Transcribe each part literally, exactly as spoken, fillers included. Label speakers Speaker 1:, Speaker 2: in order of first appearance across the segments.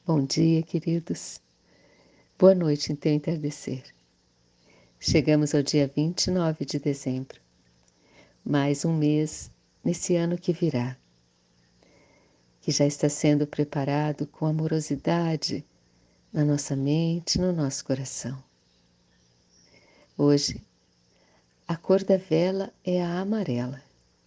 Speaker 1: Bom dia, queridos. Boa noite em teu entardecer. Chegamos ao dia vinte e nove de dezembro. Mais um mês nesse ano que virá, que já está sendo preparado com amorosidade na nossa mente, no nosso coração. Hoje, a cor da vela é a amarela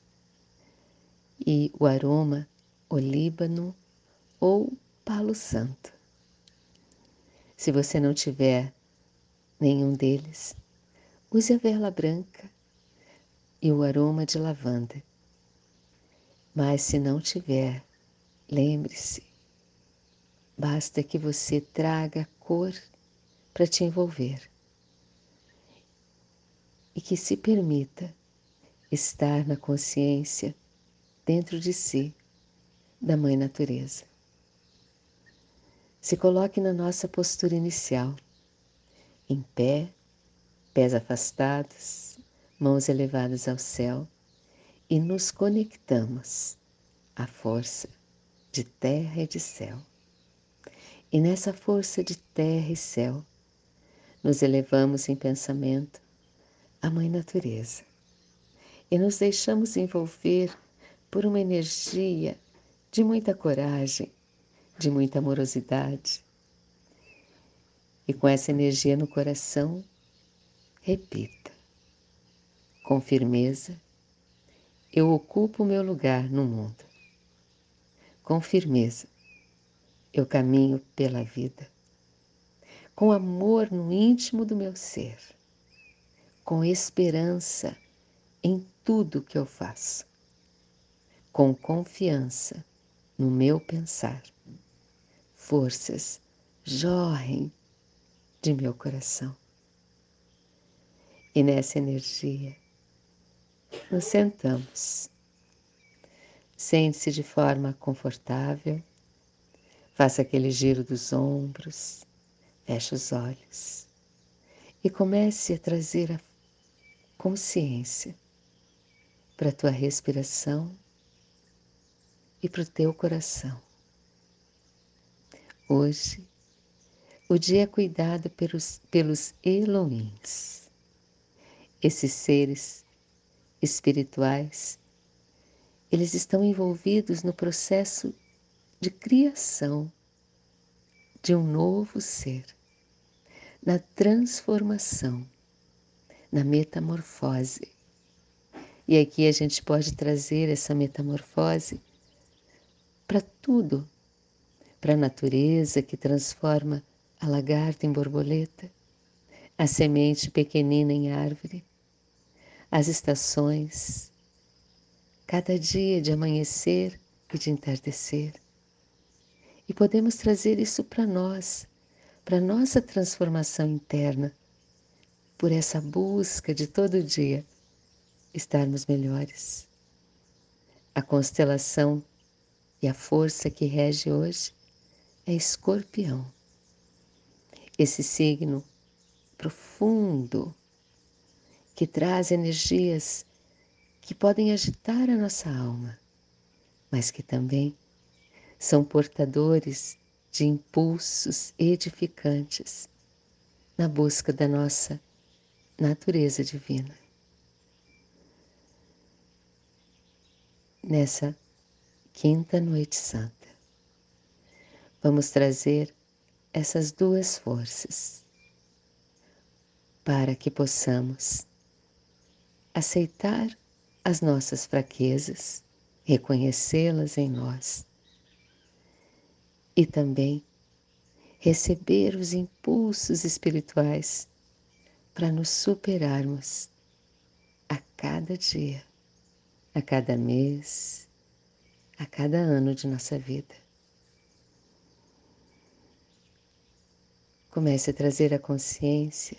Speaker 1: e o aroma, o líbano ou palo santo. Se você não tiver nenhum deles, use a vela branca e o aroma de lavanda. Mas se não tiver, lembre-se, basta que você traga a cor para te envolver e que se permita estar na consciência dentro de si da Mãe Natureza. Se coloque na nossa postura inicial, em pé, pés afastados, mãos elevadas ao céu, e nos conectamos à força de terra e de céu. E nessa força de terra e céu, nos elevamos em pensamento à Mãe Natureza e nos deixamos envolver por uma energia de muita coragem, de muita amorosidade. E com essa energia no coração, repita, com firmeza, eu ocupo o meu lugar no mundo. Com firmeza, eu caminho pela vida. Com amor no íntimo do meu ser. Com esperança em tudo que eu faço. Com confiança no meu pensar. Forças jorrem de meu coração. E nessa energia, nos sentamos. Sente-se de forma confortável, faça aquele giro dos ombros, feche os olhos e comece a trazer a consciência para a tua respiração e para o teu coração. Hoje, o dia é cuidado pelos, pelos Elohims, esses seres espirituais. Eles estão envolvidos no processo de criação de um novo ser, na transformação, na metamorfose. E aqui a gente pode trazer essa metamorfose para tudo, para a natureza que transforma a lagarta em borboleta, a semente pequenina em árvore, as estações, cada dia de amanhecer e de entardecer. E podemos trazer isso para nós, para nossa transformação interna, por essa busca de todo dia estarmos melhores. A constelação e a força que rege hoje é Escorpião. Esse signo profundo que traz energias que podem agitar a nossa alma, mas que também são portadores de impulsos edificantes na busca da nossa natureza divina. Nessa quinta noite santa, vamos trazer essas duas forças para que possamos aceitar as nossas fraquezas, reconhecê-las em nós e também receber os impulsos espirituais para nos superarmos a cada dia, a cada mês, a cada ano de nossa vida. Comece a trazer a consciência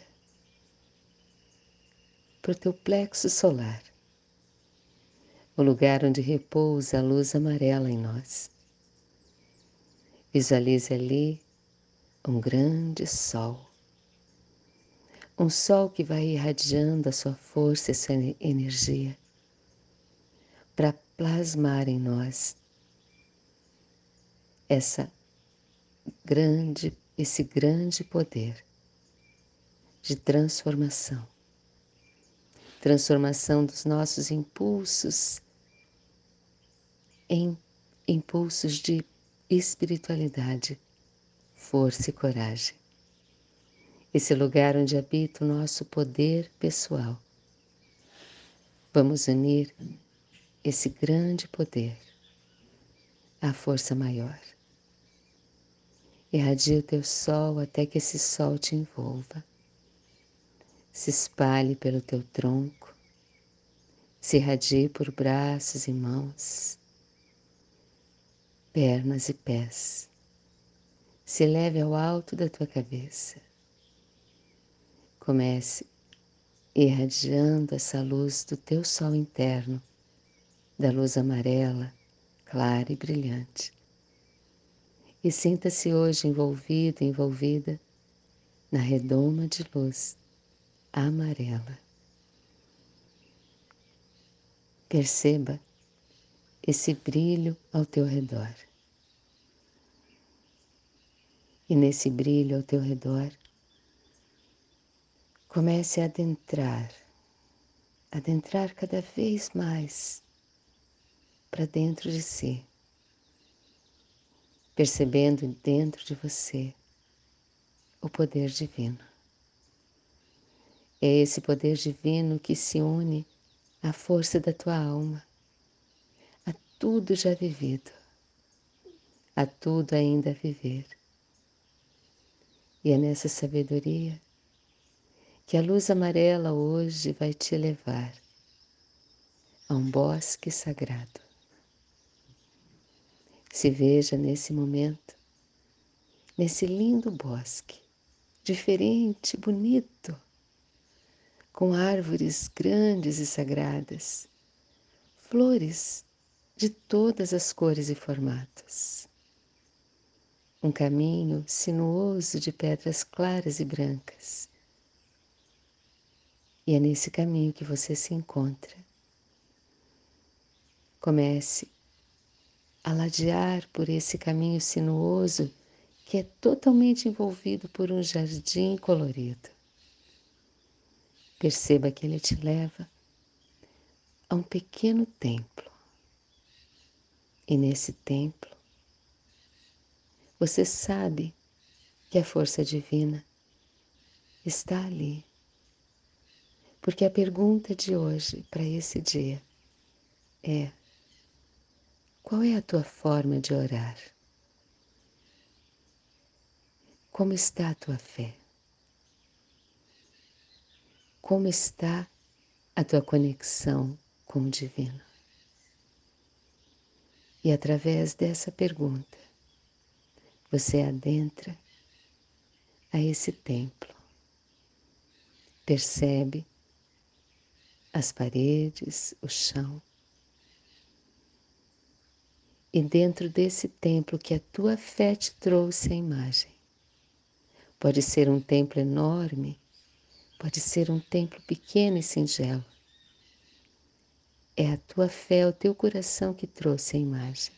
Speaker 1: para o teu plexo solar, o lugar onde repousa a luz amarela em nós. Visualize ali um grande sol, um sol que vai irradiando a sua força e sua energia para plasmar em nós essa grande, esse grande poder de transformação. Transformação dos nossos impulsos em impulsos de espiritualidade, força e coragem. Esse lugar onde habita o nosso poder pessoal. Vamos unir esse grande poder à força maior. Irradia o teu sol até que esse sol te envolva. Se espalhe pelo teu tronco, se irradie por braços e mãos, pernas e pés. Se eleve ao alto da tua cabeça. Comece irradiando essa luz do teu sol interno, da luz amarela, clara e brilhante. E sinta-se hoje envolvido, envolvida na redoma de luz amarela. Perceba esse brilho ao teu redor. E nesse brilho ao teu redor, comece a adentrar, adentrar cada vez mais para dentro de si, percebendo dentro de você o poder divino. É esse poder divino que se une à força da tua alma, a tudo já vivido, a tudo ainda a viver. E é nessa sabedoria que a luz amarela hoje vai te levar a um bosque sagrado. Se veja nesse momento, nesse lindo bosque, diferente, bonito, com árvores grandes e sagradas, flores de todas as cores e formatos. Um caminho sinuoso de pedras claras e brancas. E é nesse caminho que você se encontra. Comece a ladear por esse caminho sinuoso que é totalmente envolvido por um jardim colorido. Perceba que ele te leva a um pequeno templo. E nesse templo, você sabe que a força divina está ali. Porque a pergunta de hoje para esse dia é: qual é a tua forma de orar? Como está a tua fé? Como está a tua conexão com o divino? E através dessa pergunta, você adentra a esse templo. Percebe as paredes, o chão. E dentro desse templo que a tua fé te trouxe a imagem. Pode ser um templo enorme, pode ser um templo pequeno e singelo. É a tua fé, o teu coração que trouxe a imagem.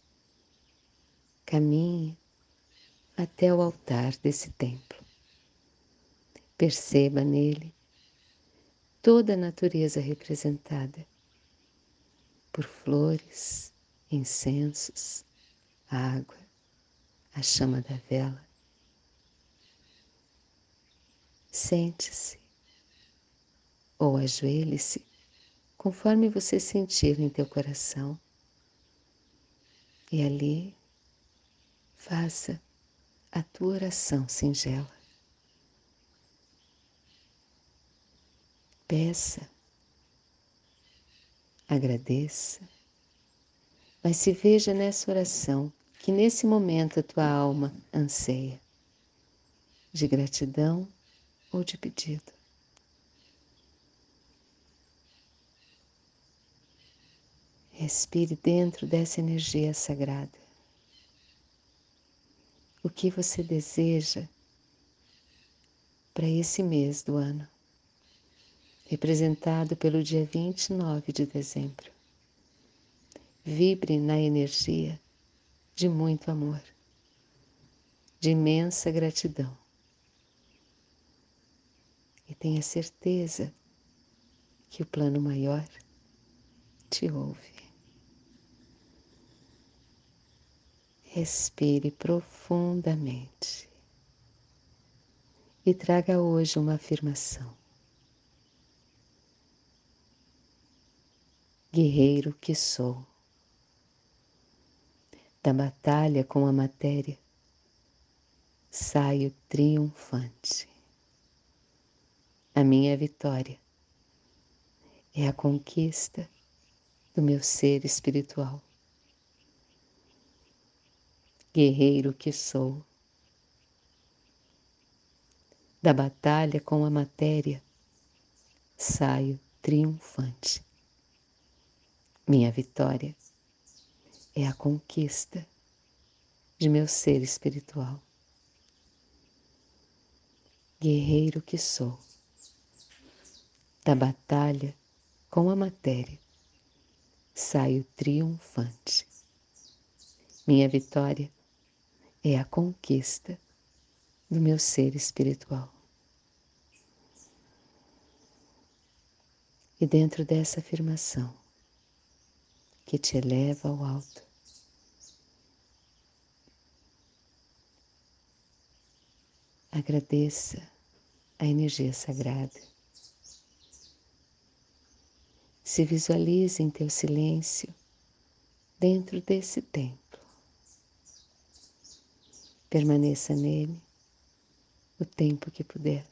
Speaker 1: Caminhe até o altar desse templo. Perceba nele toda a natureza representada por flores, incensos, água, a chama da vela. Sente-se ou ajoelhe-se conforme você sentir em teu coração e ali faça a tua oração singela. Peça, agradeça, mas se veja nessa oração que nesse momento a tua alma anseia, de gratidão ou de pedido. Respire dentro dessa energia sagrada. O que você deseja para esse mês do ano, representado pelo dia vinte e nove de dezembro. Vibre na energia de muito amor. de imensa gratidão. E tenha certeza que o plano maior te ouve. Respire profundamente e traga hoje uma afirmação. Guerreiro que sou, da batalha com a matéria, saio triunfante. A minha vitória é a conquista do meu ser espiritual. Guerreiro que sou, da batalha com a matéria, saio triunfante. Minha vitória é a conquista de meu ser espiritual. Guerreiro que sou, da batalha com a matéria, saio triunfante. Minha vitória é a conquista do meu ser espiritual. E dentro dessa afirmação, que te eleva ao alto, agradeça a energia sagrada. Se visualize em teu silêncio dentro desse templo. Permaneça nele o tempo que puder.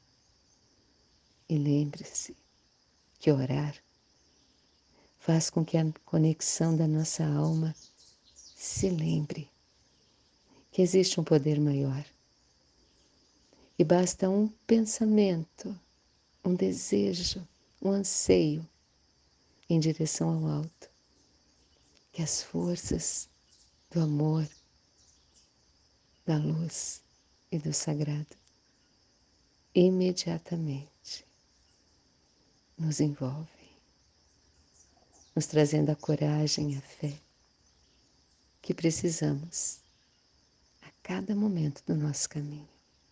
Speaker 1: E lembre-se que orar faz com que a conexão da nossa alma se lembre que existe um poder maior. E basta um pensamento, um desejo, um anseio em direção ao alto, que as forças do amor, da luz e do sagrado imediatamente nos envolvem, nos trazendo a coragem e a fé que precisamos a cada momento do nosso caminho.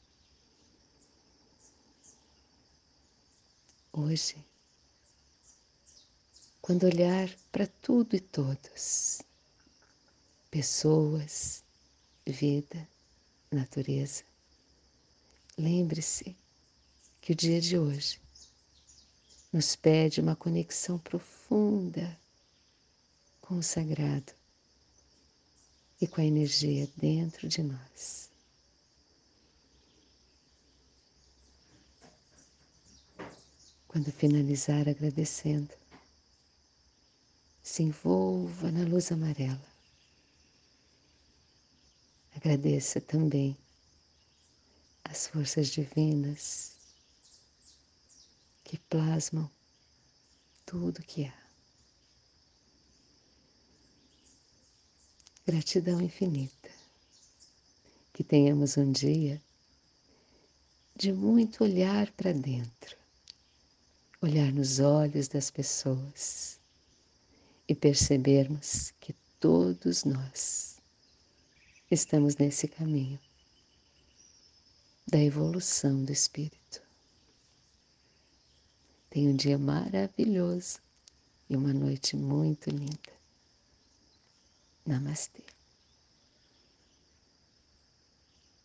Speaker 1: Hoje, quando olhar para tudo e todos, pessoas, vida, natureza, lembre-se que o dia de hoje nos pede uma conexão profunda com o sagrado e com a energia dentro de nós. Quando finalizar agradecendo, se envolva na luz amarela. Agradeça também as forças divinas que plasmam tudo que há. Gratidão infinita. Que tenhamos um dia de muito olhar para dentro, olhar nos olhos das pessoas e percebermos que todos nós estamos nesse caminho da evolução do espírito. Tenha um dia maravilhoso e uma noite muito linda. Namastê.